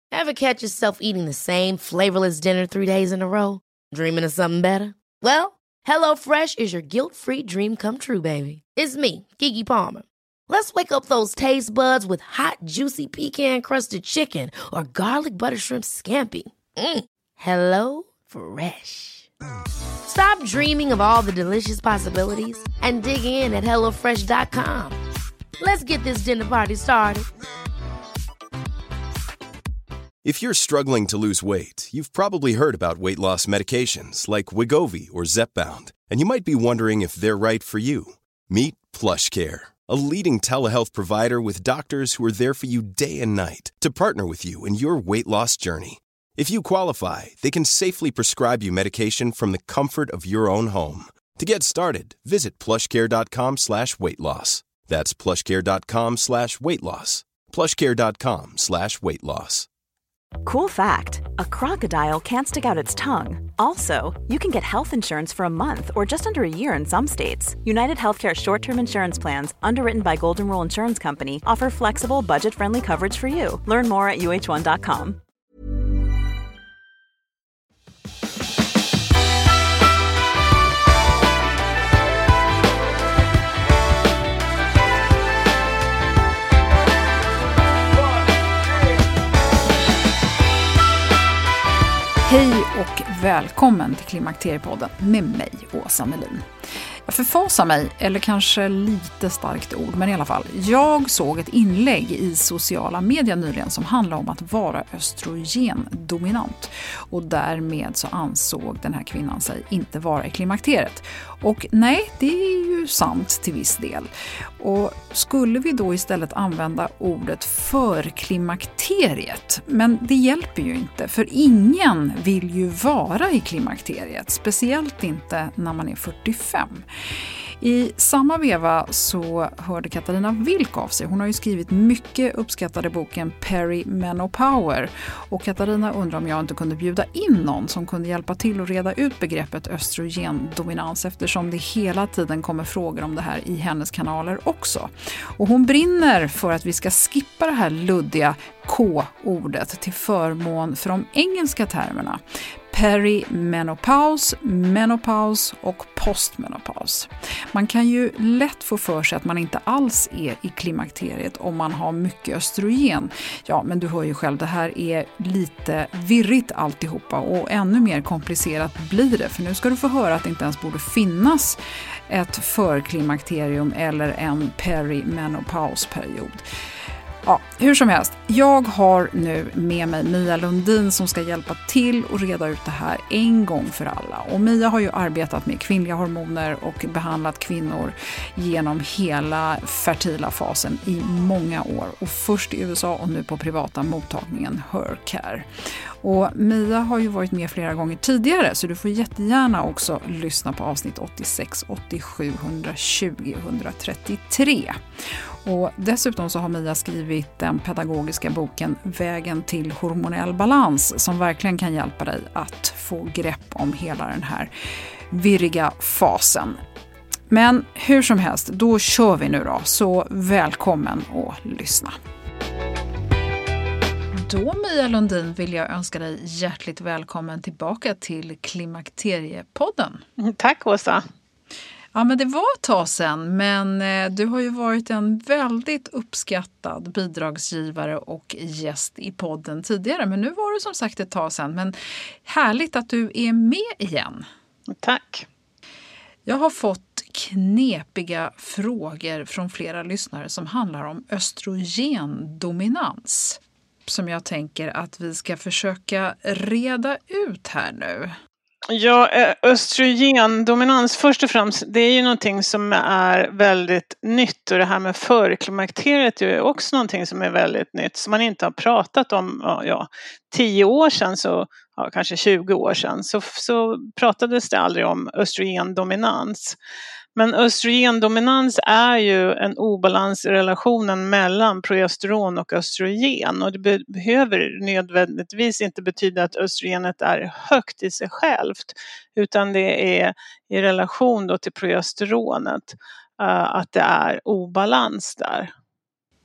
Ever catch yourself eating the same flavorless dinner 3 days in a row? Dreaming of something better? Well, HelloFresh is your guilt-free dream come true, baby. It's me, Keke Palmer. Let's wake up those taste buds with hot, juicy pecan-crusted chicken or garlic butter shrimp scampi. Hello Fresh. Stop dreaming of all the delicious possibilities and dig in at HelloFresh.com. Let's get this dinner party started. If you're struggling to lose weight, you've probably heard about weight loss medications like Wegovy or Zepbound, and you might be wondering if they're right for you. Meet PlushCare, a leading telehealth provider with doctors who are there for you day and night to partner with you in your weight loss journey. If you qualify, they can safely prescribe you medication from the comfort of your own home. To get started, visit plushcare.com/weightloss. That's plushcare.com/weightloss. plushcare.com/weightloss. Cool fact, a crocodile can't stick out its tongue. Also, you can get health insurance for a month or just under a year in some states. United Healthcare short-term insurance plans, underwritten by Golden Rule Insurance Company, offer flexible, budget-friendly coverage for you. Learn more at uh1.com. Hej och välkommen till Klimakteriepodden med mig, Åsa Melin. Jag förfasar mig, eller kanske lite starkt ord, men i alla fall. Jag såg ett inlägg i sociala medier nyligen som handlar om att vara östrogendominant. Och därmed så ansåg den här kvinnan sig inte vara i klimakteriet. Och nej, det är ju sant till viss del. Och skulle vi då istället använda ordet för klimakteriet? Men det hjälper ju inte, för ingen vill ju vara i klimakteriet, speciellt inte när man är 45. I samma veva så hörde Katarina Wilk av sig. Hon har ju skrivit mycket uppskattade boken Perimenopower. Och Katarina undrar om jag inte kunde bjuda in någon som kunde hjälpa till att reda ut begreppet östrogendominans, eftersom det hela tiden kommer frågor om det här i hennes kanaler också. Och hon brinner för att vi ska skippa det här luddiga K-ordet till förmån för de engelska termerna. Perimenopause, menopaus och postmenopaus. Man kan ju lätt få för sig att man inte alls är i klimakteriet om man har mycket östrogen. Ja, men du hör ju själv, det här är lite virrigt alltihopa och ännu mer komplicerat blir det. För nu ska du få höra att det inte ens borde finnas ett förklimakterium eller en perimenopausperiod. Ja, hur som helst, jag har nu med mig Mia Lundin som ska hjälpa till att reda ut det här en gång för alla. Och Mia har ju arbetat med kvinnliga hormoner och behandlat kvinnor genom hela fertila fasen i många år. Och först i USA och nu på privata mottagningen HerCare. Och Mia har ju varit med flera gånger tidigare, så du får jättegärna också lyssna på avsnitt 86, 87, 120, 133. Och dessutom så har Mia skrivit den pedagogiska boken Vägen till hormonell balans som verkligen kan hjälpa dig att få grepp om hela den här virriga fasen. Men hur som helst, då kör vi nu då, så välkommen att lyssna. Då, Mia Lundin, vill jag önska dig hjärtligt välkommen tillbaka till Klimakteriepodden. Tack, Åsa. Ja, men det var ett tag sedan, men du har ju varit en väldigt uppskattad bidragsgivare och gäst i podden tidigare. Men nu var det som sagt ett tag sedan, men härligt att du är med igen. Tack. Jag har fått knepiga frågor från flera lyssnare som handlar om östrogendominans, som jag tänker att vi ska försöka reda ut här nu. Ja, östrogendominans först och främst, det är ju någonting som är väldigt nytt, och det här med förklimakteriet är ju också någonting som är väldigt nytt som man inte har pratat om. 10 år sedan, så kanske 20 år sedan så pratades det aldrig om östrogendominans. Men östrogendominans är ju en obalans i relationen mellan progesteron och östrogen, och det behöver nödvändigtvis inte betyda att östrogenet är högt i sig självt, utan det är i relation då till progesteronet att det är obalans där.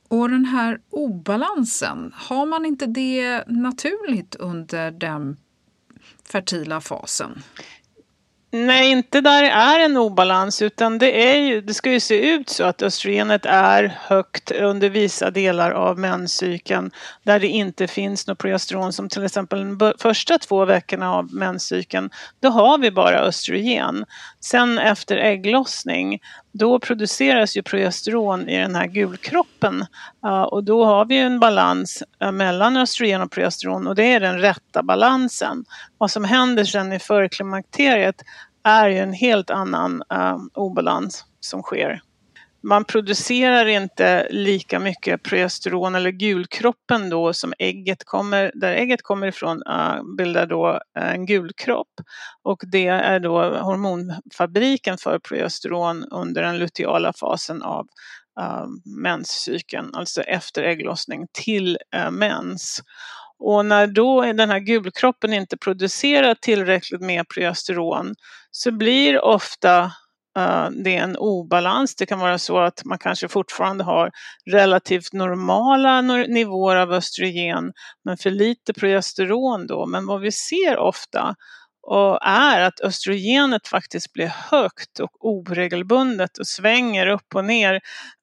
Och den här obalansen, har man inte det naturligt under den fertila fasen? Nej, inte där det är en obalans, utan det ska ju se ut så att östrogenet är högt under vissa delar av menscykeln där det inte finns något progesteron, som till exempel de första 2 veckorna av menscykeln. Då har vi bara östrogen. Sen efter ägglossning, då produceras ju progesteron i den här gulkroppen, och då har vi en balans mellan östrogen och progesteron, och det är den rätta balansen. Vad som händer sen i förklimakteriet är ju en helt annan obalans som sker. Man producerar inte lika mycket progesteron, eller gulkroppen då som där ägget kommer ifrån bildar då en gulkropp, och det är då hormonfabriken för progesteron under den luteala fasen av menscykeln, alltså efter ägglossning till mens. Och när då den här gulkroppen inte producerar tillräckligt med progesteron, så blir ofta det är en obalans. Det kan vara så att man kanske fortfarande har relativt normala nivåer av östrogen, men för lite progesteron då. Men vad vi ser ofta är att östrogenet faktiskt blir högt och oregelbundet och svänger upp och ner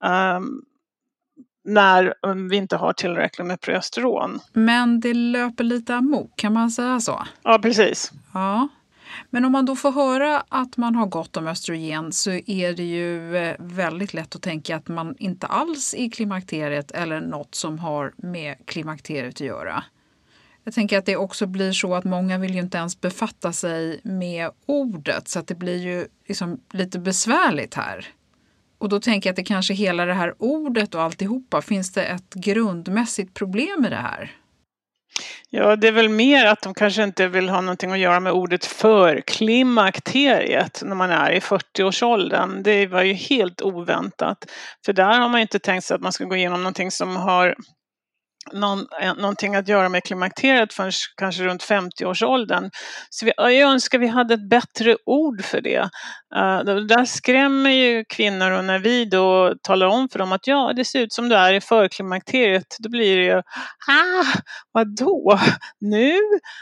när vi inte har tillräckligt med progesteron. Men det löper lite amok, kan man säga så? Ja, precis. Ja. Men om man då får höra att man har gott om östrogen, så är det ju väldigt lätt att tänka att man inte alls är i klimakteriet eller något som har med klimakteriet att göra. Jag tänker att det också blir så att många vill ju inte ens befatta sig med ordet, så att det blir ju liksom lite besvärligt här. Och då tänker jag att det kanske hela det här ordet och alltihopa, finns det ett grundmässigt problem med det här? Ja, det är väl mer att de kanske inte vill ha någonting att göra med ordet för klimakteriet när man är i 40-årsåldern. Det var ju helt oväntat. För där har man inte tänkt sig att man ska gå igenom någonting som har någonting att göra med klimakteriet förrän kanske runt 50-årsåldern. Så jag önskar vi hade ett bättre ord för det. Där skrämmer ju kvinnor, och när vi då talar om för dem att ja, det ser ut som du är i förklimakteriet, då blir det ju vadå? Nu?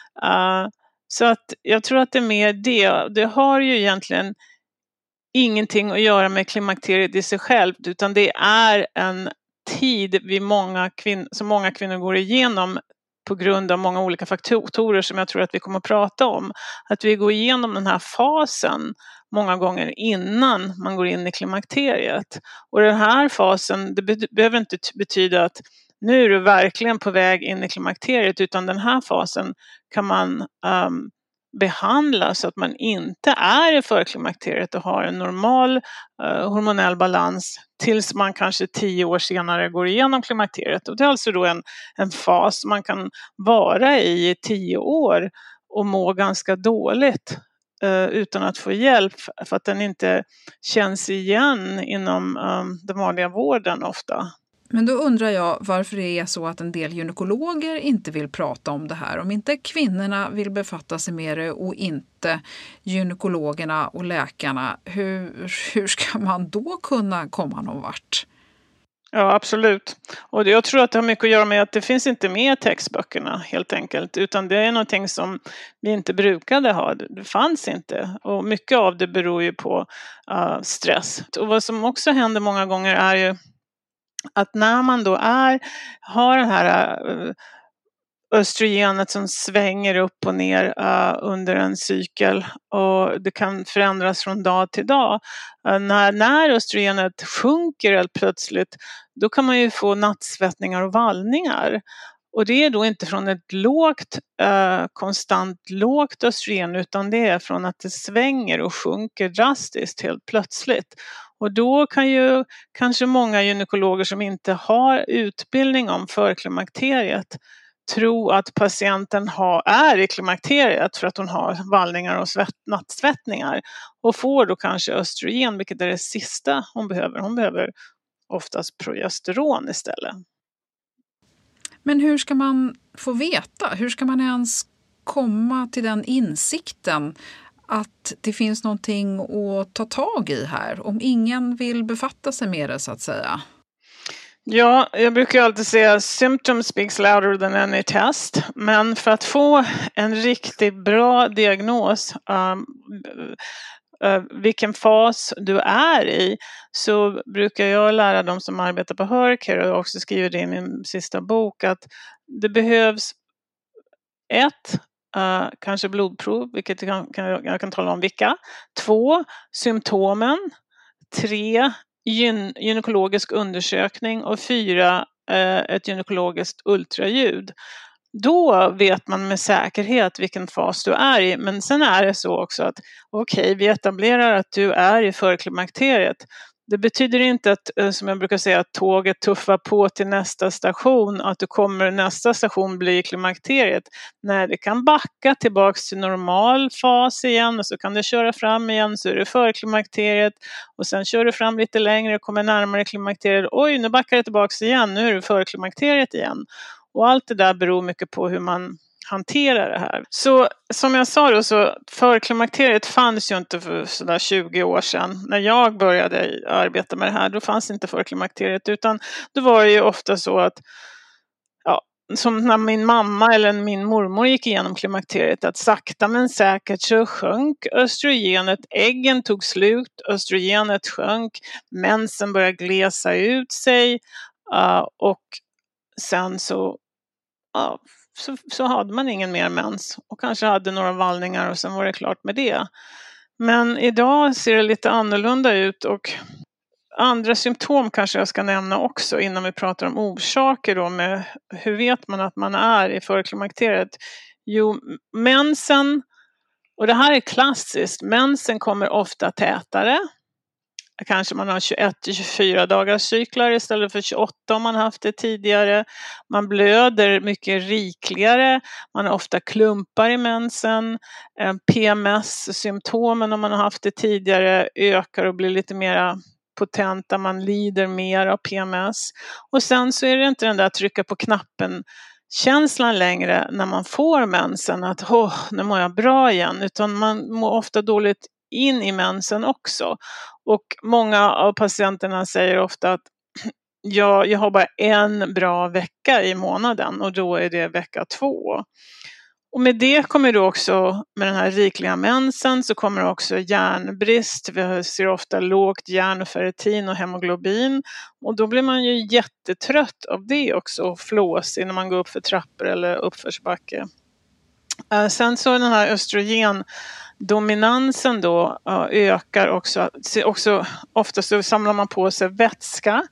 Så att jag tror att det är mer det. Det har ju egentligen ingenting att göra med klimakteriet i sig självt, utan det är en tid som många kvinnor går igenom på grund av många olika faktorer som jag tror att vi kommer att prata om. Att vi går igenom den här fasen många gånger innan man går in i klimakteriet. Och den här fasen, det behöver inte betyda att nu är du verkligen på väg in i klimakteriet, utan den här fasen kan man behandla så att man inte är i förklimakteriet och har en normal hormonell balans tills man kanske 10 år senare går igenom klimakteriet. Och det är alltså då en fas man kan vara i 10 år och må ganska dåligt utan att få hjälp, för att den inte känns igen inom den vanliga vården ofta. Men då undrar jag varför det är så att en del gynekologer inte vill prata om det här. Om inte kvinnorna vill befatta sig med det och inte gynekologerna och läkarna, hur ska man då kunna komma någon vart? Ja, absolut. Och jag tror att det har mycket att göra med att det finns inte med i textböckerna helt enkelt. Utan det är någonting som vi inte brukade ha. Det fanns inte. Och mycket av det beror ju på stress. Och vad som också händer många gånger är ju att när man då har det här östrogenet som svänger upp och ner under en cykel, och det kan förändras från dag till dag. När östrogenet sjunker helt plötsligt, då kan man ju få nattsvettningar och vallningar. Och det är då inte från ett konstant lågt östrogen, utan det är från att det svänger och sjunker drastiskt helt plötsligt. Och då kan ju kanske många gynekologer som inte har utbildning om förklimakteriet tro att patienten är i klimakteriet för att hon har vallningar och nattsvettningar, och får då kanske östrogen, vilket är det sista hon behöver. Hon behöver oftast progesteron istället. Men hur ska man få veta? Hur ska man ens komma till den insikten att det finns någonting att ta tag i här, om ingen vill befatta sig med det så att säga? Ja, jag brukar alltid säga symptom speaks louder than any test. Men för att få en riktigt bra diagnos, vilken fas du är i, så brukar jag lära dem som arbetar på Hercare, och också skriver det i min sista bok, att det behövs kanske blodprov, vilket jag kan tala om vilka. 2, symptomen. 3, gynekologisk undersökning. Och 4, ett gynekologiskt ultraljud. Då vet man med säkerhet vilken fas du är i. Men sen är det så också att vi etablerar att du är i förklimakteriet. Det betyder inte att, som jag brukar säga, att tåget tuffar på till nästa station, att du kommer nästa station bli klimakteriet. Nej, det kan backa tillbaks till normal fas igen, och så kan du köra fram igen, så är det förklimakteriet, och sen kör du fram lite längre och kommer närmare klimakteriet. Oj, nu backar det tillbaks igen, nu är det förklimakteriet igen. Och allt det där beror mycket på hur man hanterar det här. Så som jag sa då, så förklimakteriet fanns ju inte för sådär 20 år sedan. När jag började arbeta med det här, då fanns inte förklimakteriet, utan det var ju ofta så att, som när min mamma eller min mormor gick igenom klimakteriet, att sakta men säkert så sjönk östrogenet, äggen tog slut, östrogenet sjönk, mensen började glesa ut sig, och sen så hade man ingen mer mens och kanske hade några vallningar, och sen var det klart med det. Men idag ser det lite annorlunda ut, och andra symptom kanske jag ska nämna också innan vi pratar om orsaker då, med hur vet man att man är i förklimakteriet? Jo, mensen, och det här är klassiskt, mensen kommer ofta tätare. Kanske man har 21-24 dagars cyklar istället för 28 om man haft det tidigare. Man blöder mycket rikligare. Man har ofta klumpar i mensen. PMS-symptomen om man har haft det tidigare ökar och blir lite mer potenta. Man lider mer av PMS. Och sen så är det inte den där trycka på knappen känslan längre när man får mensen, att nu mår jag bra igen, utan man mår ofta dåligt in i mensen också. Och många av patienterna säger ofta att jag har bara en bra vecka i månaden, och då är det vecka 2. Och med det kommer då också, med den här rikliga mensen, så kommer också järnbrist. Vi ser ofta lågt järn och ferritin och hemoglobin, och då blir man ju jättetrött av det också, och flåsig när man går upp för trappor eller uppförsbacke. Sen så den här östrogendominansen då ökar också. Ofta så samlar man på sig vätska,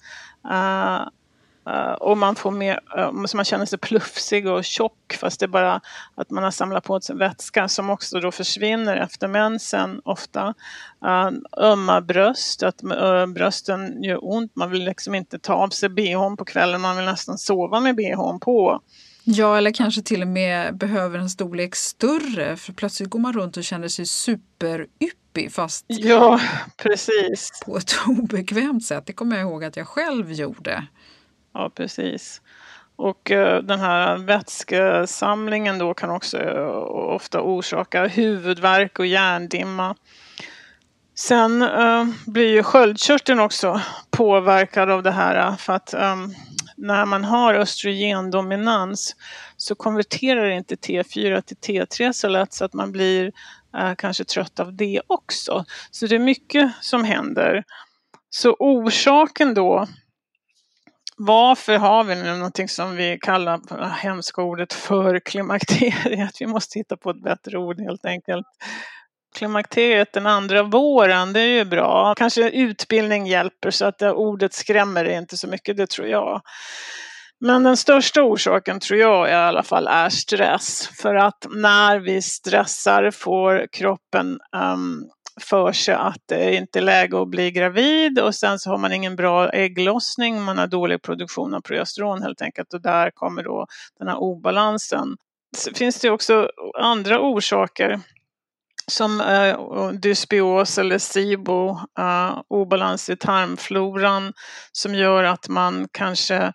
och man får mer, så man känner sig plufsig och tjock, fast det är bara att man har samlat på sig vätska som också då försvinner efter mensen ofta. Ömma bröst, att brösten gör ont, man vill liksom inte ta av sig bhn på kvällen, man vill nästan sova med bhn på. Ja, eller kanske till och med behöver en storlek större, för plötsligt går man runt och känner sig superyppig, fast precis, på ett obekvämt sätt. Det kommer jag ihåg att jag själv gjorde. Ja, precis. Och den här vätskesamlingen då kan också ofta orsaka huvudvärk och hjärndimma. Sen blir ju sköldkörteln också påverkad av det här, för att när man har östrogendominans så konverterar inte T4 till T3 så lätt, så att man blir kanske trött av det också. Så det är mycket som händer. Så orsaken då, varför har vi nu någonting som vi kallar hemska ordet för klimakteriet? Vi måste hitta på ett bättre ord helt enkelt. Klimakteriet den andra våren, det är ju bra. Kanske utbildning hjälper, så att det ordet skrämmer det inte så mycket, det tror jag. Men den största orsaken tror jag i alla fall är stress. För att när vi stressar får kroppen för sig att det inte är läge att bli gravid, och sen så har man ingen bra ägglossning, man har dålig produktion av progesteron helt enkelt, och där kommer då den här obalansen. Så finns det också andra orsaker som dysbios eller SIBO, obalans i tarmfloran, som gör att man kanske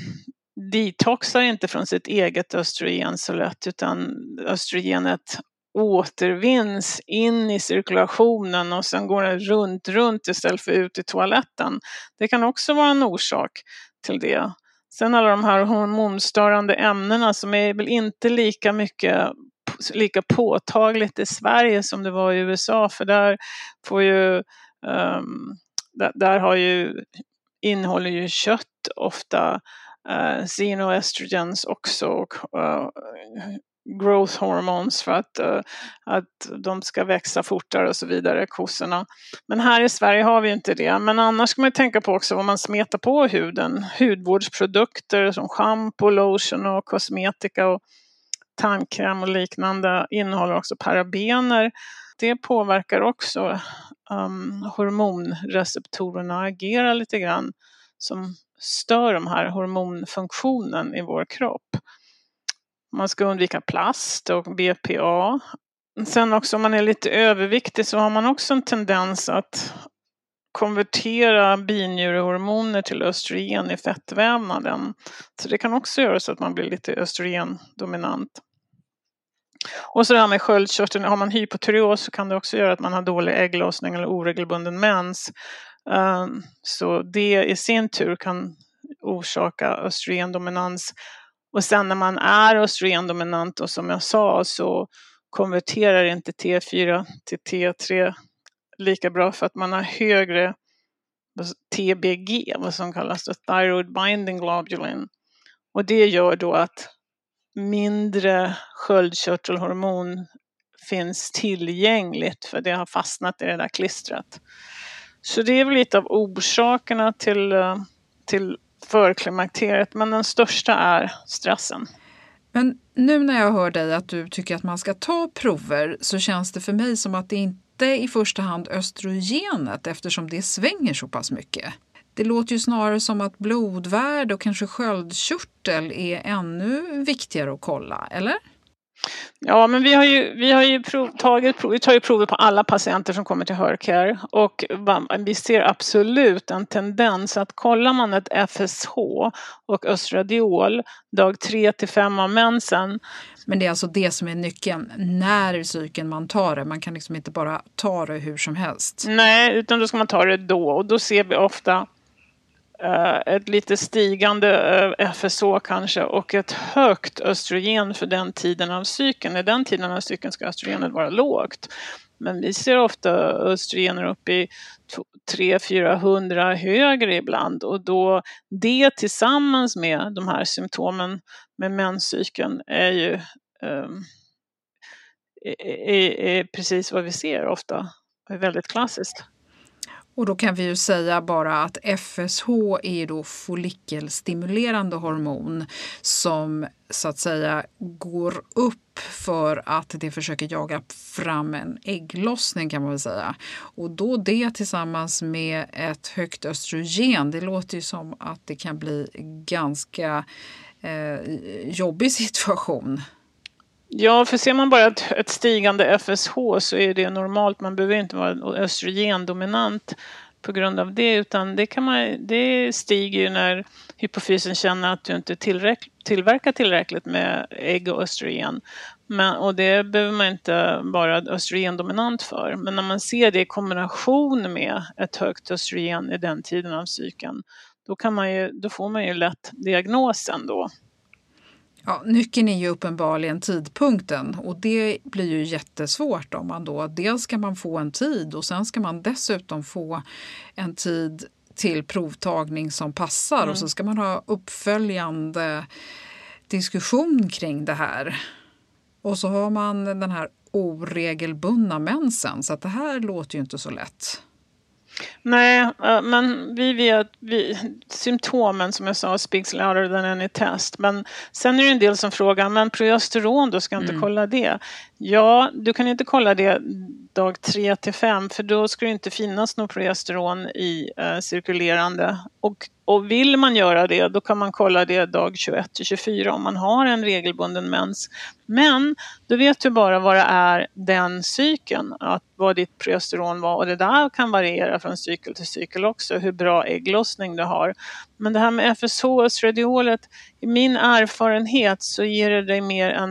detoxar inte från sitt eget östrogen så lätt, utan östrogenet återvinns in i cirkulationen och sen går den runt istället för ut i toaletten. Det kan också vara en orsak till det. Sen alla de här hormonstörande ämnena som är väl inte lika påtagligt i Sverige som det var i USA, för där får ju innehåller ju kött ofta xenoestrogens också och growth hormones för att de ska växa fortare och så vidare, kossorna. Men här i Sverige har vi inte det. Men annars ska man tänka på också vad man smetar på huden. Hudvårdsprodukter som shampoo, lotion och kosmetika och tandkräm och liknande innehåller också parabener. Det påverkar också hormonreceptorerna, agerar lite grann som stör de här hormonfunktionen i vår kropp. Man ska undvika plast och BPA. Sen också om man är lite överviktig så har man också en tendens att konvertera binjurehormoner till östrogen i fettvävnaden. Så det kan också göra så att man blir lite östrogendominant. Och så det här med sköldkörteln, har man hypotyreos så kan det också göra att man har dålig ägglossning eller oregelbunden mens. Så det i sin tur kan orsaka östrogendominans. Och sen när man är östrogendominant och som jag sa så konverterar inte T4 till T3 lika bra för att man har högre TBG, vad som kallas då, thyroid binding globulin. Och det gör då att mindre sköldkörtelhormon finns tillgängligt för det har fastnat i det där klistret. Så det är väl lite av orsakerna till förklimakteriet, men den största är stressen. Men nu när jag hör dig att du tycker att man ska ta prover så känns det för mig som att det inte i första hand östrogenet eftersom det svänger så pass mycket. Det låter ju snarare som att blodvärde och kanske sköldkörtel är ännu viktigare att kolla, eller? Ja, men vi tar ju prover på alla patienter som kommer till Hercare och vi ser absolut en tendens att kollar man ett FSH och östradiol dag 3-5 av mensen. Men det är alltså det som är nyckeln när i cykeln man tar det. Man kan liksom inte bara ta det hur som helst. Nej, utan då ska man ta det då och då ser vi ofta ett lite stigande FSH kanske och ett högt östrogen för den tiden av cykeln. I den tiden av cykeln ska östrogenet vara lågt. Men vi ser ofta östrogener upp i 300-400 högre ibland. Och då det tillsammans med de här symptomen med menscykeln är ju är precis vad vi ser ofta. Det är väldigt klassiskt. Och då kan vi ju säga bara att FSH är då follikelstimulerande hormon som så att säga går upp för att det försöker jaga fram en ägglossning kan man väl säga. Och då det tillsammans med ett högt östrogen, det låter ju som att det kan bli ganska jobbig situation. Ja, för ser man bara ett stigande FSH så är det normalt. Man behöver inte vara östrogendominant på grund av det. Utan det stiger ju när hypofysen känner att du inte tillverkar tillräckligt med ägg och östrogen. Och det behöver man inte vara östrogendominant för. Men när man ser det i kombination med ett högt östrogen i den tiden av cykeln. Då får man ju lätt diagnosen då. Ja, nyckeln är ju uppenbarligen tidpunkten och det blir ju jättesvårt om man då dels ska man få en tid och sen ska man dessutom få en tid till provtagning som passar och så ska man ha uppföljande diskussion kring det här. Och så har man den här oregelbundna mensen så att det här låter ju inte så lätt. Nej, men vi vet symptomen som jag sa speaks louder than any test. Men sen är det en del som frågar, men progesteron då ska jag inte kolla det? Ja, du kan inte kolla det dag 3-5 för då ska det inte finnas något progesteron i cirkulerande. Och vill man göra det då kan man kolla det dag 21-24 om man har en regelbunden mens. Men då vet du bara vad det är den cykeln, att vad ditt progesteron var. Och det där kan variera från cykel till cykel också, hur bra ägglossning du har. Men det här med FSH och östradiolet, i min erfarenhet så ger det dig mer en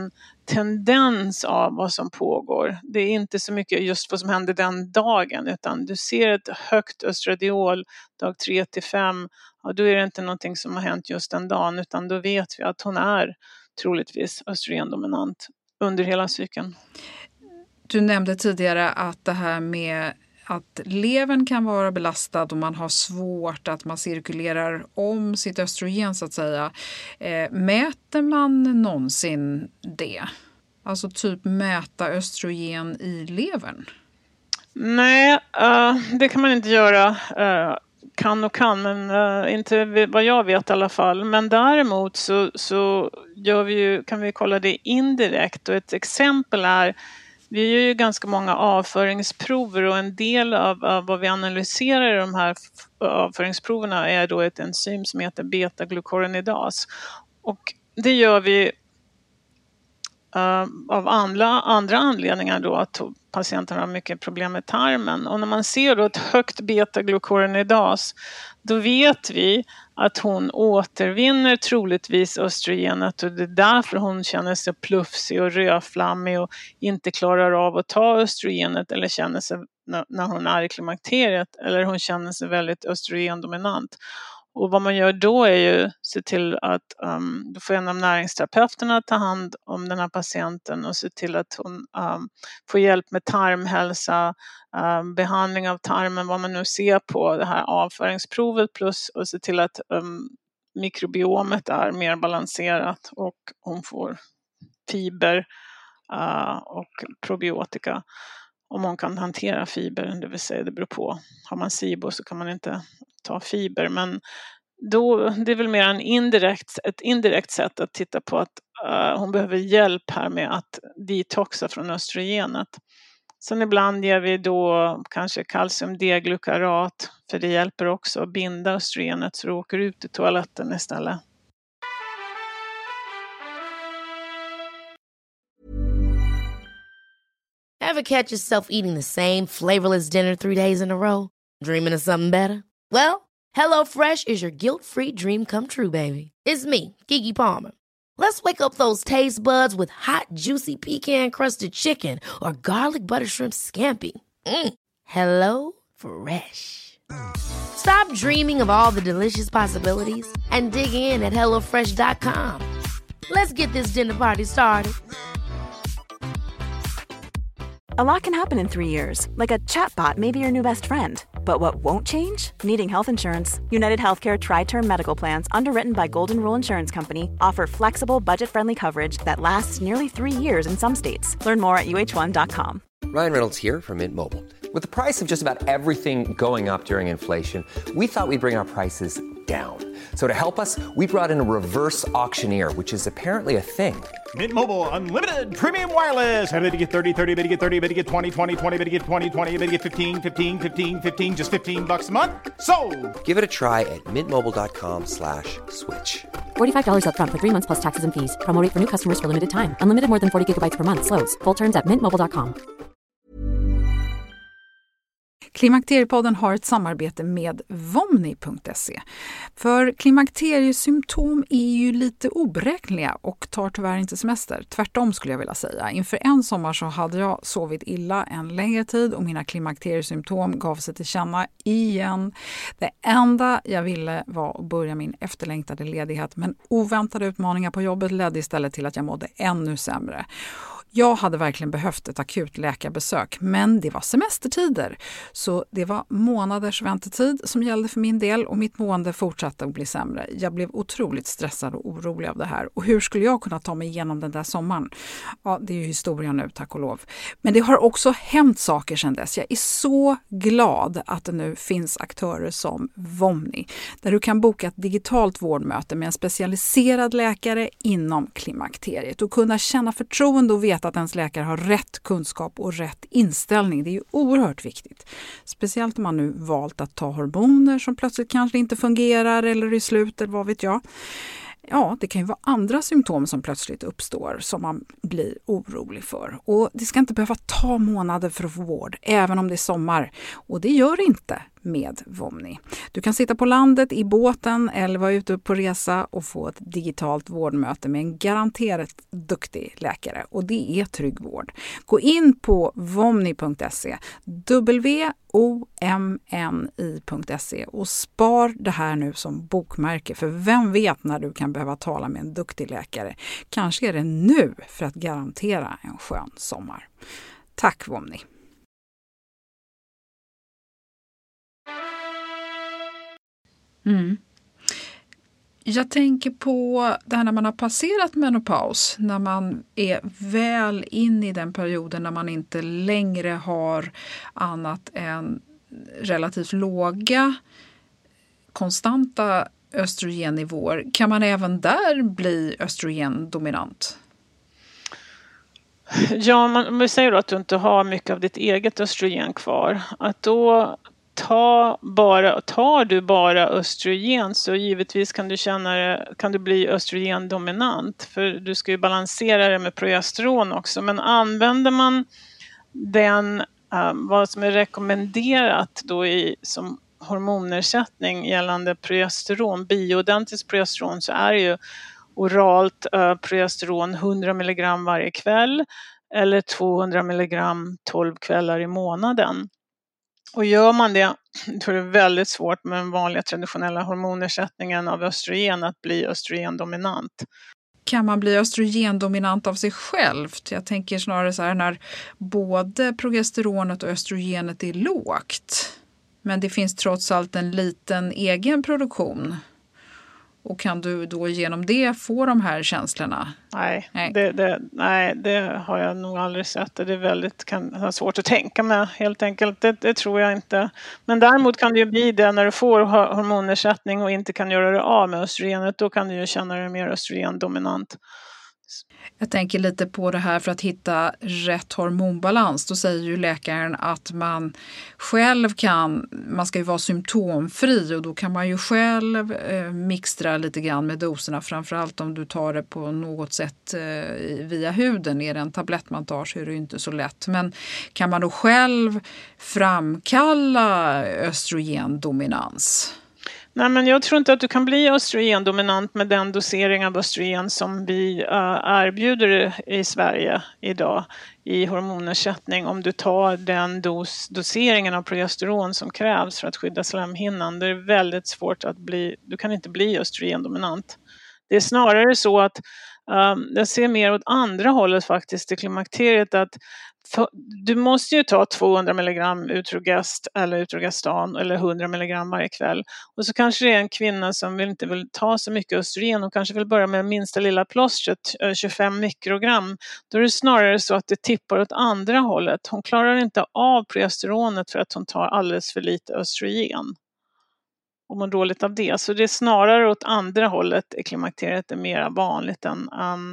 tendens av vad som pågår. Det är inte så mycket just vad som händer den dagen, utan du ser ett högt östradiol dag 3-5, och då är det inte någonting som har hänt just den dagen, utan då vet vi att hon är troligtvis östrogendominant under hela cykeln. Du nämnde tidigare att det här med att levern kan vara belastad och man har svårt att man cirkulerar om sitt östrogen så att säga. Mäter man någonsin det? Alltså typ mäta östrogen i levern? Nej, det kan man inte göra. Kan, men inte vad jag vet i alla fall. Men däremot så kan vi kolla det indirekt. Och ett exempel är, vi gör ju ganska många avföringsprover, och en del av vad vi analyserar i de här avföringsproverna är då ett enzym som heter beta-glukoridas. Och det gör vi av andra anledningar då, att patienten har mycket problem med tarmen. Och när man ser då ett högt beta-glukoridas, då vet vi att hon återvinner troligtvis östrogenet, och det är därför hon känner sig plufsig och rödflammig och inte klarar av att ta östrogenet, eller känner sig när hon är i klimakteriet, eller hon känner sig väldigt östrogendominant. Och vad man gör då är ju se till att då får en av näringsterapeuterna ta hand om den här patienten och se till att hon får hjälp med tarmhälsa, behandling av tarmen, vad man nu ser på det här avföringsprovet, plus och se till att mikrobiomet är mer balanserat och hon får fiber och probiotika. Om man kan hantera fiber, det vill säga det beror på. Har man SIBO så kan man inte ta fiber, men då, det är väl mer ett indirekt sätt att titta på att hon behöver hjälp här med att detoxa från östrogenet. Sen ibland ger vi då kanske kalcium-D-glukarat, för det hjälper också att binda östrogenet så det åker ut i toaletten istället. Ever catch yourself eating the same flavorless dinner 3 days in a row? Dreaming of something better? Well, HelloFresh is your guilt-free dream come true, baby. It's me, Keke Palmer. Let's wake up those taste buds with hot, juicy pecan-crusted chicken or garlic butter shrimp scampi. Hello Fresh. Stop dreaming of all the delicious possibilities and dig in at HelloFresh.com. Let's get this dinner party started. A lot can happen in 3 years, like a chatbot may be your new best friend. But what won't change? Needing health insurance. United Healthcare Tri-Term Medical Plans, underwritten by Golden Rule Insurance Company, offer flexible, budget-friendly coverage that lasts nearly 3 years in some states. Learn more at uh1.com. Ryan Reynolds here from Mint Mobile. With the price of just about everything going up during inflation, we thought we'd bring our prices down. So to help us, we brought in a reverse auctioneer, which is apparently a thing. Mint Mobile Unlimited Premium Wireless. How to get 30, 30, bit to get 30, bit to get 20, 20, 20, bit to get 20, 20, bit to get 15, 15, 15, 15, just $15 a month? Sold! Give it a try at mintmobile.com/switch. $45 up front for 3 months plus taxes and fees. Promo rate for new customers for limited time. Unlimited more than 40 gigabytes per month. Slows full terms at mintmobile.com. Klimakteriepodden har ett samarbete med Vomni.se. För klimakteriesymptom är ju lite oberäkneliga och tar tyvärr inte semester. Tvärtom skulle jag vilja säga. Inför en sommar så hade jag sovit illa en längre tid och mina klimakteriesymptom gav sig till känna igen. Det enda jag ville var att börja min efterlängtade ledighet, men oväntade utmaningar på jobbet ledde istället till att jag mådde ännu sämre. Jag hade verkligen behövt ett akut läkarbesök, men det var semestertider. Så det var månaders väntetid som gällde för min del och mitt mående fortsatte att bli sämre. Jag blev otroligt stressad och orolig av det här. Och hur skulle jag kunna ta mig igenom den där sommaren? Ja, det är ju historia nu, tack och lov. Men det har också hänt saker sedan dess. Jag är så glad att det nu finns aktörer som Vomni, där du kan boka ett digitalt vårdmöte med en specialiserad läkare inom klimakteriet och kunna känna förtroende och veta att ens läkare har rätt kunskap och rätt inställning. Det är ju oerhört viktigt. Speciellt om man nu valt att ta hormoner som plötsligt kanske inte fungerar eller i slutet, vad vet jag. Ja, det kan ju vara andra symptom som plötsligt uppstår som man blir orolig för. Och det ska inte behöva ta månader för att få vård, även om det är sommar. Och det gör det inte. med Vomni. Du kan sitta på landet i båten eller vara ute på resa och få ett digitalt vårdmöte med en garanterat duktig läkare. Och det är trygg vård. Gå in på vomni.se, womni.se och spar det här nu som bokmärke. För vem vet när du kan behöva tala med en duktig läkare. Kanske är det nu för att garantera en skön sommar. Tack Vomni! Jag tänker på det här när man har passerat menopaus, när man är väl in i den perioden när man inte längre har annat än relativt låga, konstanta östrogennivåer. Kan man även där bli östrogendominant? Ja, om vi säger då att du inte har mycket av ditt eget östrogen kvar, att då tar du bara östrogen, så givetvis kan du bli östrogendominant, för du ska ju balansera det med progesteron också. Men använder man den vad som är rekommenderat då som hormonersättning gällande progesteron, bioidentiskt progesteron, så är det ju oralt progesteron 100 mg varje kväll eller 200 mg 12 kvällar i månaden. Och gör man det, då är det väldigt svårt med den vanliga traditionella hormonersättningen av östrogen att bli östrogendominant. Kan man bli östrogendominant av sig själv? Jag tänker snarare så här när både progesteronet och östrogenet är lågt. Men det finns trots allt en liten egen produktion. Och kan du då genom det få de här känslorna? Nej. Det har jag nog aldrig sett. Det är kan vara svårt att tänka med helt enkelt. Det tror jag inte. Men däremot kan det ju bli det när du får hormonersättning och inte kan göra det av med östrogenet. Då kan du ju känna dig mer östrogendominant. Jag tänker lite på det här för att hitta rätt hormonbalans. Då säger ju läkaren att man ska ju vara symptomfri och då kan man ju själv mixtra lite grann med doserna. Framförallt om du tar det på något sätt via huden. Är det en tablett man tar så är det ju inte så lätt. Men kan man då själv framkalla östrogendominans? Nej, men jag tror inte att du kan bli östrogendominant med den dosering av östrogen som vi erbjuder i Sverige idag i hormonersättning. Om du tar den doseringen av progesteron som krävs för att skydda slemhinnan, det är väldigt svårt du kan inte bli östrogendominant. Det är snarare så att jag ser mer åt andra hållet faktiskt i klimakteriet, att du måste ju ta 200 mg Utrogest eller Utrogestan eller 100 mg varje kväll. Och så kanske det är en kvinna som inte vill ta så mycket östrogen och kanske vill börja med minsta lilla plåstret, 25 mikrogram. Då är det snarare så att det tippar åt andra hållet. Hon klarar inte av progesteronet för att hon tar alldeles för lite östrogen. Och mår dåligt av det. Så det är snarare åt andra hållet i klimakteriet är mer vanligt än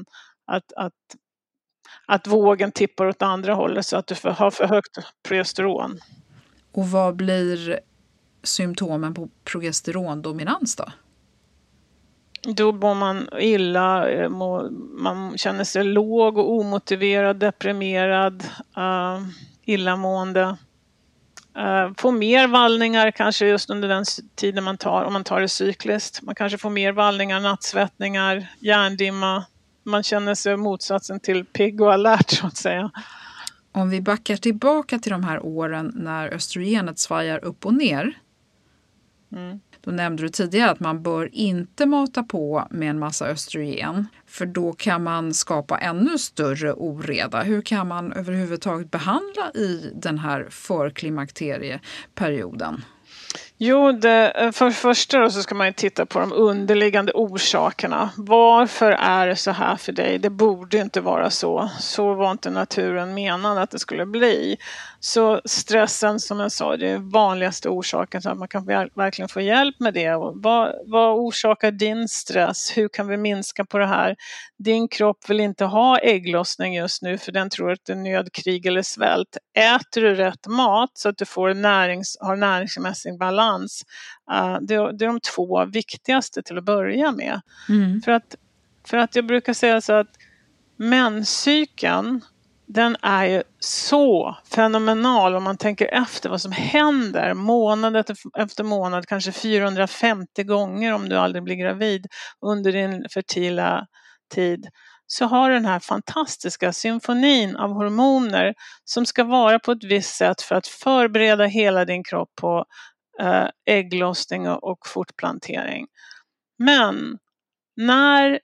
att vågen tippar åt andra hållet så att du har för högt progesteron. Och vad blir symptomen på progesterondominans då? Då mår man illa, man känner sig låg och omotiverad, deprimerad, illamående. Får mer vallningar kanske just under den tiden om man tar det cykliskt. Man kanske får mer vallningar, nattsvettningar, hjärndimma. Man känner sig motsatsen till pigg och alert så att säga. Om vi backar tillbaka till de här åren när östrogenet svajar upp och ner. Då nämnde du tidigare att man bör inte mata på med en massa östrogen. För då kan man skapa ännu större oreda. Hur kan man överhuvudtaget behandla i den här förklimakterieperioden? Jo, för det första då så ska man ju titta på de underliggande orsakerna. Varför är det så här för dig? Det borde inte vara så. Så var inte naturen menad att det skulle bli. Så stressen, som jag sa, det är vanligaste orsaken, så att man kan verkligen få hjälp med det. Vad orsakar din stress? Hur kan vi minska på det här? Din kropp vill inte ha ägglossning just nu för den tror att det är nöd, krig eller svält. Äter du rätt mat så att du får har näringsmässig balans? Det är de två viktigaste till att börja med. För att jag brukar säga så att menscykeln, den är ju så fenomenal om man tänker efter vad som händer månad efter månad, kanske 450 gånger om du aldrig blir gravid under din fertila tid. Så har den här fantastiska symfonin av hormoner som ska vara på ett visst sätt för att förbereda hela din kropp på ägglossning och fortplantering. Men när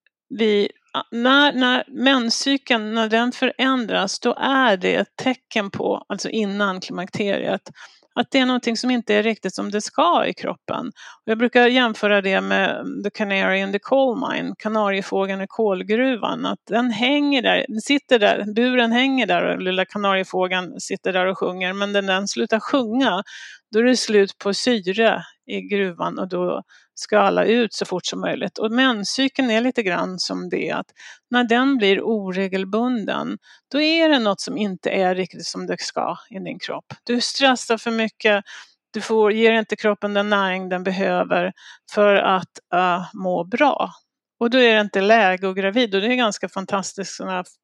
menscykeln, när den förändras, då är det ett tecken på, alltså innan klimakteriet, att det är någonting som inte är riktigt som det ska i kroppen. Och jag brukar jämföra det med the canary in the coal mine, kanariefågeln i kolgruvan. Att den hänger där, den sitter där, buren hänger där och lilla kanariefågeln sitter där och sjunger. Men när den slutar sjunga, då är det slut på syre i gruvan och då ska alla ut så fort som möjligt. Och menscykeln är lite grann som det, att när den blir oregelbunden, då är det något som inte är riktigt som det ska i din kropp. Du stressar för mycket, du ger inte kroppen den näring den behöver för att må bra. Och då är det inte läge och gravid, och det är en ganska fantastisk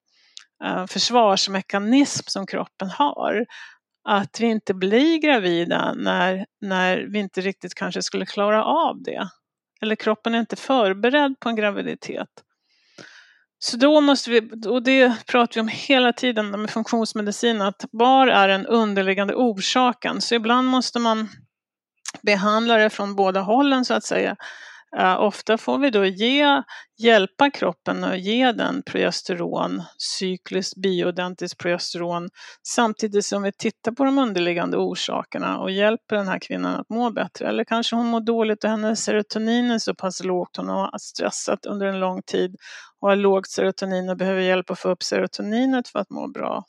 försvarsmekanism som kroppen har. Att vi inte blir gravida när vi inte riktigt kanske skulle klara av det. Eller kroppen är inte förberedd på en graviditet. Så då måste vi, och det pratar vi om hela tiden med funktionsmedicin, att var är den underliggande orsaken? Så ibland måste man behandla det från båda hållen så att säga. Ofta får vi då hjälpa kroppen och ge den progesteron, cykliskt bioidentiskt progesteron, samtidigt som vi tittar på de underliggande orsakerna och hjälper den här kvinnan att må bättre. Eller kanske hon mår dåligt och hennes serotonin är så pass lågt, hon har stressat under en lång tid och har lågt serotonin och behöver hjälp att få upp serotoninet för att må bra.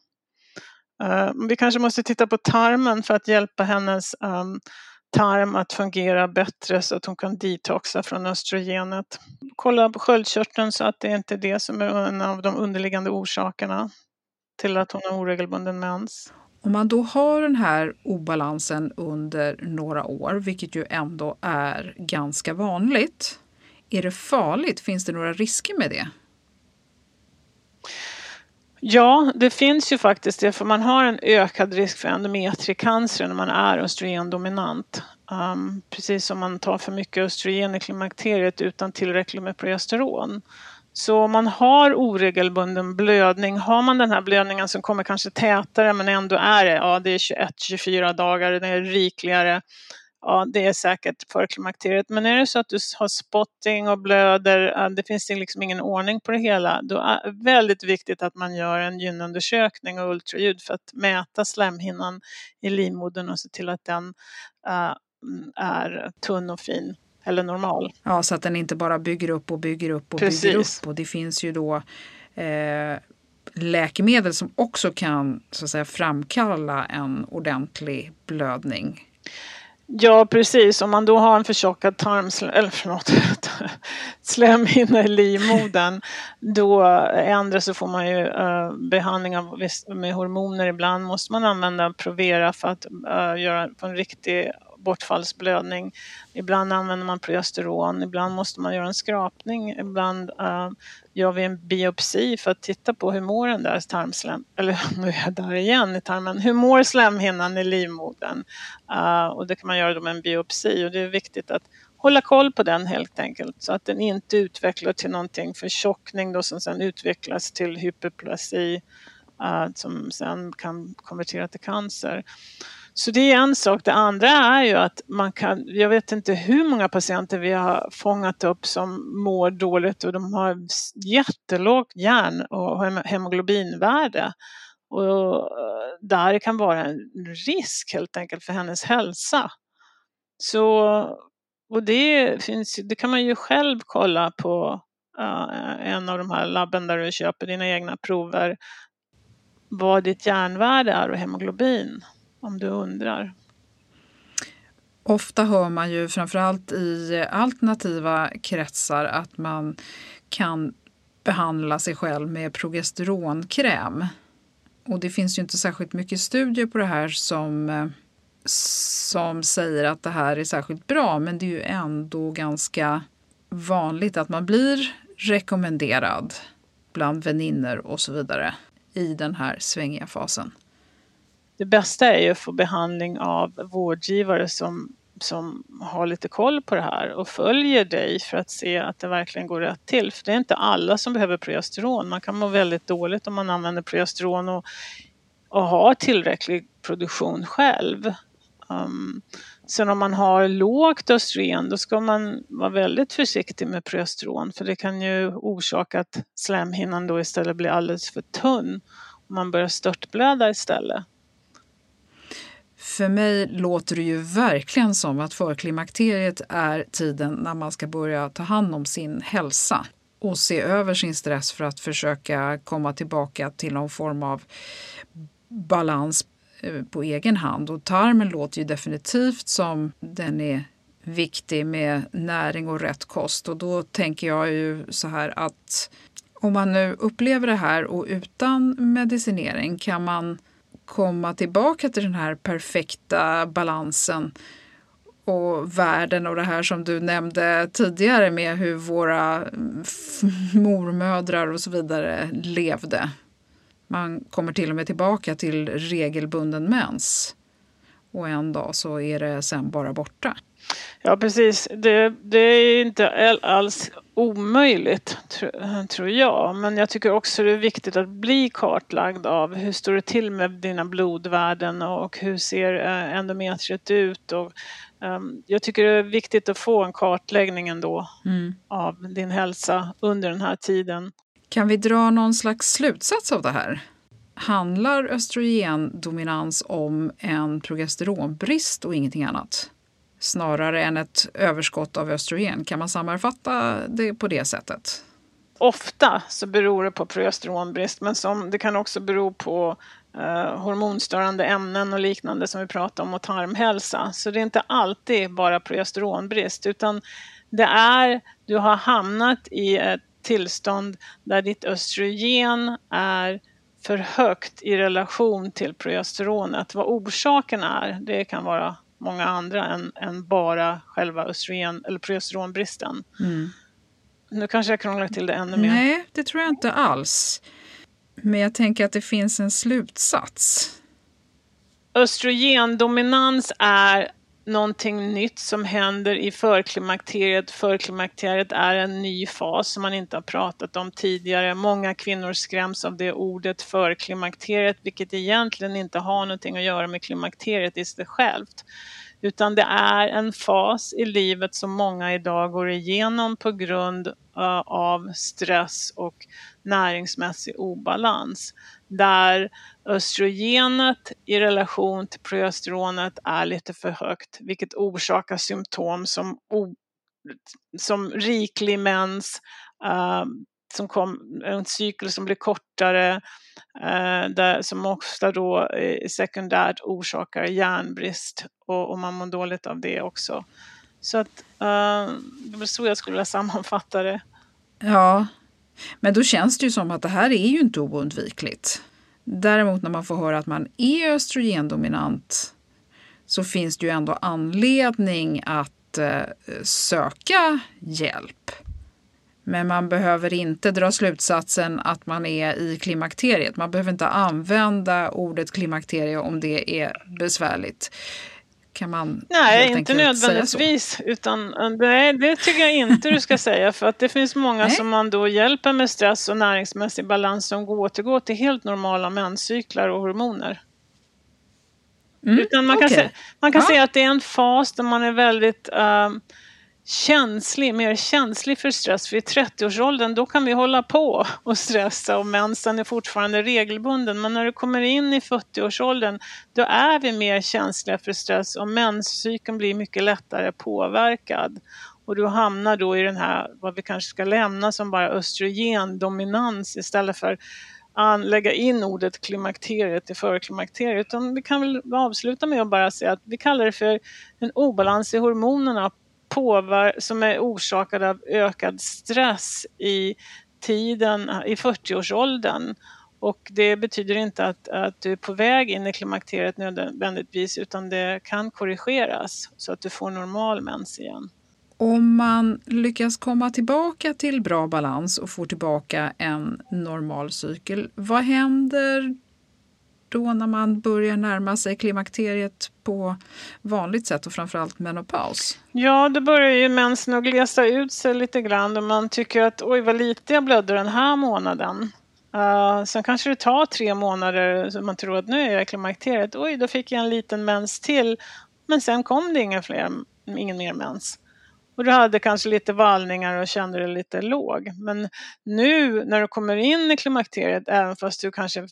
Vi kanske måste titta på tarmen för att hjälpa hennes tarm att fungera bättre så att hon kan detoxa från östrogenet. Kolla på sköldkörteln så att det inte är det som är en av de underliggande orsakerna till att hon har oregelbunden mens. Om man då har den här obalansen under några år, vilket ju ändå är ganska vanligt, är det farligt? Finns det några risker med det? Ja, det finns ju faktiskt det, för man har en ökad risk för endometriecancer när man är östrogendominant. Precis som man tar för mycket östrogen i klimakteriet utan tillräckligt med progesteron. Så om man har oregelbunden blödning, har man den här blödningen som kommer kanske tätare men ändå är det är 21-24 dagar, det är rikligare. Ja, det är säkert för klimakteriet. Men är det så att du har spotting och blöder, det finns liksom ingen ordning på det hela, då är det väldigt viktigt att man gör en gynundersökning och ultraljud för att mäta slemhinnan i livmodern och se till att den är tunn och fin eller normal. Ja, så att den inte bara bygger upp och bygger upp och Precis. Bygger upp. Och det finns ju då läkemedel som också kan så att säga framkalla en ordentlig blödning. Ja, precis. Om man då har en förtjockad slemhinna i livmodern, då ändras så får man ju behandling med hormoner. Ibland måste man använda Provera för att göra en riktig bortfallsblödning. Ibland använder man progesteron, ibland måste man göra en skrapning, ibland gör vi en biopsi för att titta på hur mår den där nu är jag där igen i tarmen, hur mår slemhinnan i livmodern, och det kan man göra då med en biopsi, och det är viktigt att hålla koll på den helt enkelt så att den inte utvecklar till någonting förtjockning då som sen utvecklas till hyperplasi som sen kan konvertera till cancer. Så det är en sak. Det andra är ju att jag vet inte hur många patienter vi har fångat upp som mår dåligt och de har jättelågt järn- och hemoglobinvärde. Och där kan vara en risk helt enkelt för hennes hälsa. Och det kan man ju själv kolla på en av de här labben där du köper dina egna prover. Vad ditt järnvärde är och hemoglobin. Om du undrar. Ofta hör man ju framförallt i alternativa kretsar att man kan behandla sig själv med progesteronkräm. Och det finns ju inte särskilt mycket studier på det här som säger att det här är särskilt bra. Men det är ju ändå ganska vanligt att man blir rekommenderad bland vänner och så vidare. i den här svängiga fasen? Det bästa är ju att få behandling av vårdgivare som har lite koll på det här och följer dig för att se att det verkligen går rätt till. För det är inte alla som behöver progesteron. Man kan må väldigt dåligt om man använder progesteron och har tillräcklig produktion själv. Sen om man har lågt östrogen, då ska man vara väldigt försiktig med progesteron, för det kan ju orsaka att slemhinnan då istället blir alldeles för tunn och man börjar störtblöda istället. För mig låter det ju verkligen som att förklimakteriet är tiden när man ska börja ta hand om sin hälsa och se över sin stress för att försöka komma tillbaka till någon form av balans på egen hand. Och tarmen låter ju definitivt som den är viktig med näring och rätt kost. Och då tänker jag ju så här att om man nu upplever det här och utan medicinering kan man komma tillbaka till den här perfekta balansen och världen och det här som du nämnde tidigare med hur våra mormödrar och så vidare levde. Man kommer till och med tillbaka till regelbunden mens och en dag så är det sen bara borta. Ja, precis. Det är inte alls omöjligt, tror jag. Men jag tycker också det är viktigt att bli kartlagd av hur står det till med dina blodvärden och hur ser endometriet ut. Och, jag tycker det är viktigt att få en kartläggning ändå av din hälsa under den här tiden. Kan vi dra någon slags slutsats av det här? Handlar östrogendominans om en progesteronbrist och ingenting annat? Snarare än ett överskott av östrogen. Kan man sammanfatta det på det sättet? Ofta så beror det på progesteronbrist, men det kan också bero på hormonstörande ämnen och liknande som vi pratar om och tarmhälsa. Så det är inte alltid bara progesteronbrist, utan du har hamnat i ett tillstånd där ditt östrogen är för högt i relation till progesteronet. Vad orsaken är, det kan vara många andra än bara själva östrogen eller progesteronbristen. Nu kanske jag krånglar till det ännu mer. Nej, det tror jag inte alls. Men jag tänker att det finns en slutsats. Östrogendominans är någonting nytt som händer i förklimakteriet. Förklimakteriet är en ny fas som man inte har pratat om tidigare. Många kvinnor skräms av det ordet förklimakteriet, vilket egentligen inte har någonting att göra med klimakteriet i sig självt. Utan det är en fas i livet som många idag går igenom på grund av stress och näringsmässig obalans. Där östrogenet i relation till progesteronet är lite för högt, vilket orsakar symptom som riklig mens, en cykel som blir kortare, som ofta då sekundärt orsakar järnbrist och man mår dåligt av det också. Så att det var så jag skulle vilja sammanfatta det. Ja, men då känns det ju som att det här är ju inte oundvikligt. Däremot när man får höra att man är östrogendominant så finns det ju ändå anledning att söka hjälp. Men man behöver inte dra slutsatsen att man är i klimakteriet. Man behöver inte använda ordet klimakterie om det är besvärligt. Kan man Nej, inte nödvändigtvis. Utan det tycker jag inte du ska säga. För att det finns många som man då hjälper med stress och näringsmässig balans som återgår till helt normala menscyklar och hormoner. Utan man kan säga att det är en fas där man är väldigt mer känslig för stress. För i 30-årsåldern då kan vi hålla på och stressa och mensen är fortfarande regelbunden. Men när du kommer in i 40-årsåldern då är vi mer känsliga för stress och menscykeln blir mycket lättare påverkad. Och du hamnar då i den här, vad vi kanske ska lämna som bara östrogendominans istället för att lägga in ordet klimakteriet i förklimakteriet. Utan vi kan väl avsluta med att bara säga att vi kallar det för en obalans i hormonerna som är orsakad av ökad stress i tiden i 40-årsåldern. Och det betyder inte att du är på väg in i klimakteriet nödvändigtvis, utan det kan korrigeras så att du får normal mens igen. Om man lyckas komma tillbaka till bra balans och får tillbaka en normal cykel, vad händer då när man börjar närma sig klimakteriet på vanligt sätt och framförallt menopaus? Ja, då börjar ju mensen att glesa ut sig lite grann och man tycker att oj vad lite jag blödde den här månaden. Sen kanske det tar 3 månader så man tror att nu är jag i klimakteriet. Oj, då fick jag en liten mens till. Men sen kom det ingen mer mens. Och du hade kanske lite vallningar och kände dig lite låg. Men nu när du kommer in i klimakteriet, även fast du kanske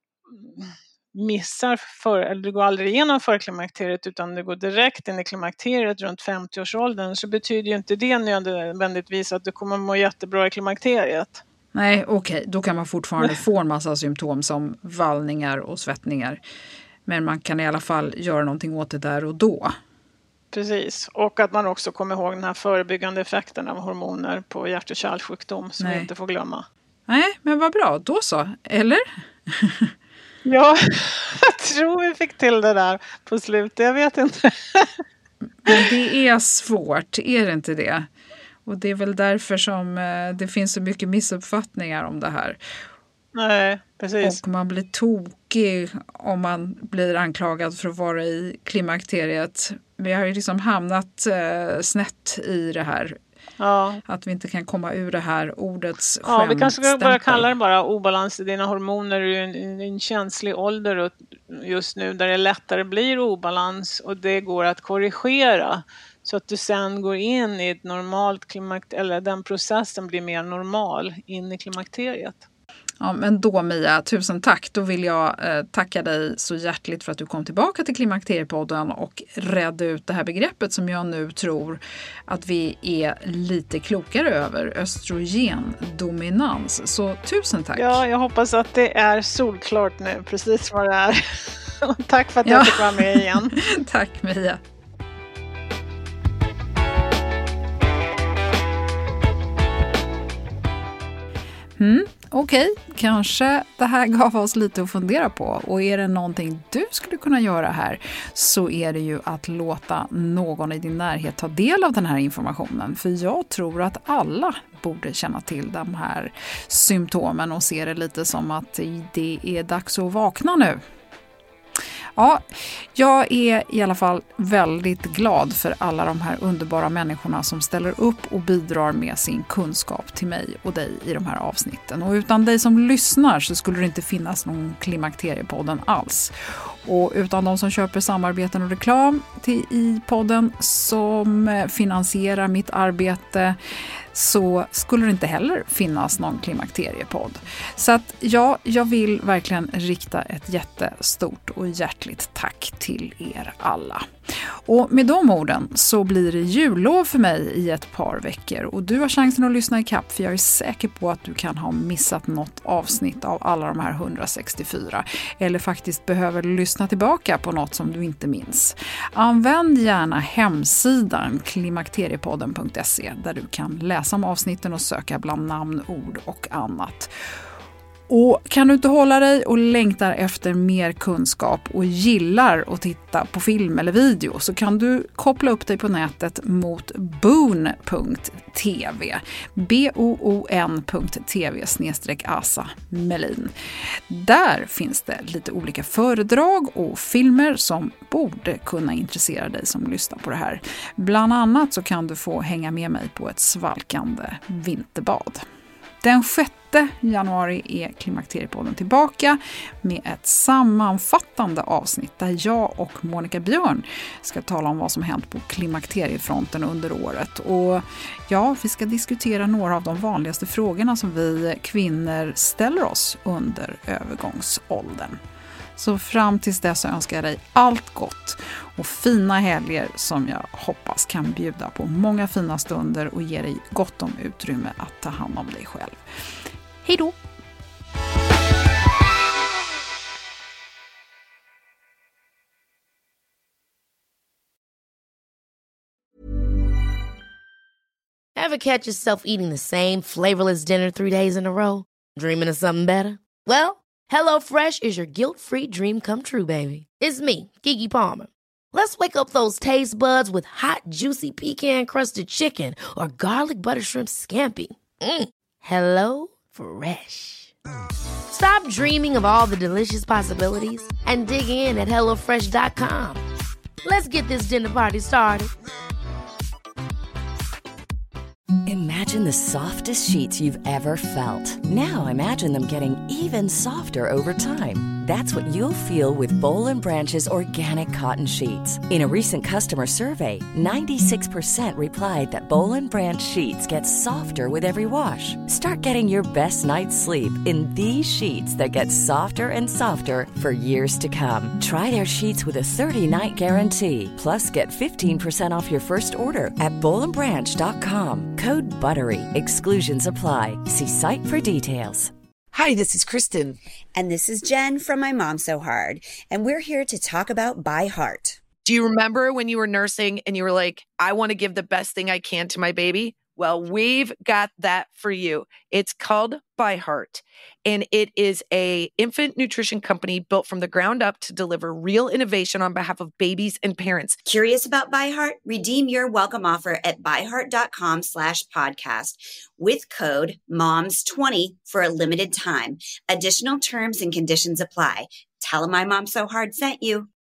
missar eller du går aldrig igenom förklimakteriet utan du går direkt in i klimakteriet runt 50-årsåldern, så betyder ju inte det nödvändigtvis att du kommer må jättebra i klimakteriet. Nej, okej. Då kan man fortfarande få en massa symptom som vallningar och svettningar. Men man kan i alla fall göra någonting åt det där och då. Precis, och att man också kommer ihåg den här förebyggande effekten av hormoner på hjärt- och kärlsjukdom som vi inte får glömma. Nej, men vad bra. Då så. Eller? Ja, jag tror vi fick till det där på slutet. Jag vet inte. Men det är svårt, är det inte det? Och det är väl därför som det finns så mycket missuppfattningar om det här. Nej, precis. Och man blir tokig om man blir anklagad för att vara i klimakteriet. Vi har ju liksom hamnat snett i det här. Ja. Att vi inte kan komma ur det här ordets Ja, vi kanske ska börja skämtstämpel. kalla det bara obalans i dina hormoner. Det är en känslig ålder just nu där det lättare blir obalans och det går att korrigera. Så att du sen går in i ett normalt eller den processen blir mer normal in i klimakteriet. Ja, men då Mia, tusen tack. Då vill jag tacka dig så hjärtligt för att du kom tillbaka till Klimakteriepodden och redde ut det här begreppet som jag nu tror att vi är lite klokare över, östrogendominans. Så tusen tack. Ja, jag hoppas att det är solklart nu, precis vad det är. Tack för att jag fick vara med igen. Tack Mia. Okej, kanske det här gav oss lite att fundera på, och är det någonting du skulle kunna göra här så är det ju att låta någon i din närhet ta del av den här informationen, för jag tror att alla borde känna till de här symptomen och se det lite som att det är dags att vakna nu. Ja, jag är i alla fall väldigt glad för alla de här underbara människorna som ställer upp och bidrar med sin kunskap till mig och dig i de här avsnitten. Och utan dig som lyssnar så skulle det inte finnas någon Klimakteriepodden alls. Och utan de som köper samarbeten och reklam i podden som finansierar mitt arbete så skulle det inte heller finnas någon klimakteriepodd. Så att ja, jag vill verkligen rikta ett jättestort och hjärtligt tack till er alla. Och med de orden så blir det jullov för mig i ett par veckor och du har chansen att lyssna i kapp, för jag är säker på att du kan ha missat något avsnitt av alla de här 164 eller faktiskt behöver lyssna tillbaka på något som du inte minns. Använd gärna hemsidan klimakteriepodden.se där du kan läsa om avsnitten och söka bland namn, ord och annat. Och kan du inte hålla dig och längtar efter mer kunskap och gillar att titta på film eller video så kan du koppla upp dig på nätet mot boon.tv. boon.tv/Asa Melin. Där finns det lite olika föredrag och filmer som borde kunna intressera dig som lyssnar på det här. Bland annat så kan du få hänga med mig på ett svalkande vinterbad. Den 6 januari är Klimakteriepodden tillbaka med ett sammanfattande avsnitt där jag och Monica Björn ska tala om vad som hänt på klimakteriefronten under året. Och ja, vi ska diskutera några av de vanligaste frågorna som vi kvinnor ställer oss under övergångsåldern. Så fram tills dess önskar jag dig allt gott och fina helger som jag hoppas kan bjuda på många fina stunder och ge dig gott om utrymme att ta hand om dig själv. Hej då! Ever catch yourself eating the same flavorless dinner 3 days in a row? Dreaming of something better? Well, HelloFresh is your guilt-free dream come true, baby. It's me, Keke Palmer. Let's wake up those taste buds with hot, juicy pecan-crusted chicken or garlic butter shrimp scampi. Hello Fresh. Stop dreaming of all the delicious possibilities and dig in at HelloFresh.com. Let's get this dinner party started. Imagine the softest sheets you've ever felt. Now imagine them getting even softer over time. That's what you'll feel with Boll & Branch's organic cotton sheets. In a recent customer survey, 96% replied that Boll & Branch sheets get softer with every wash. Start getting your best night's sleep in these sheets that get softer and softer for years to come. Try their sheets with a 30-night guarantee. Plus, get 15% off your first order at bollandbranch.com. Code BUTTERY. Exclusions apply. See site for details. Hi, this is Kristen. And this is Jen from My Mom So Hard. And we're here to talk about By Heart. Do you remember when you were nursing and you were like, I want to give the best thing I can to my baby? Well, we've got that for you. It's called By Heart, and it is a infant nutrition company built from the ground up to deliver real innovation on behalf of babies and parents. Curious about By Heart? Redeem your welcome offer at byheart.com/podcast with code MOMS20 for a limited time. Additional terms and conditions apply. Tell them My Mom So Hard sent you.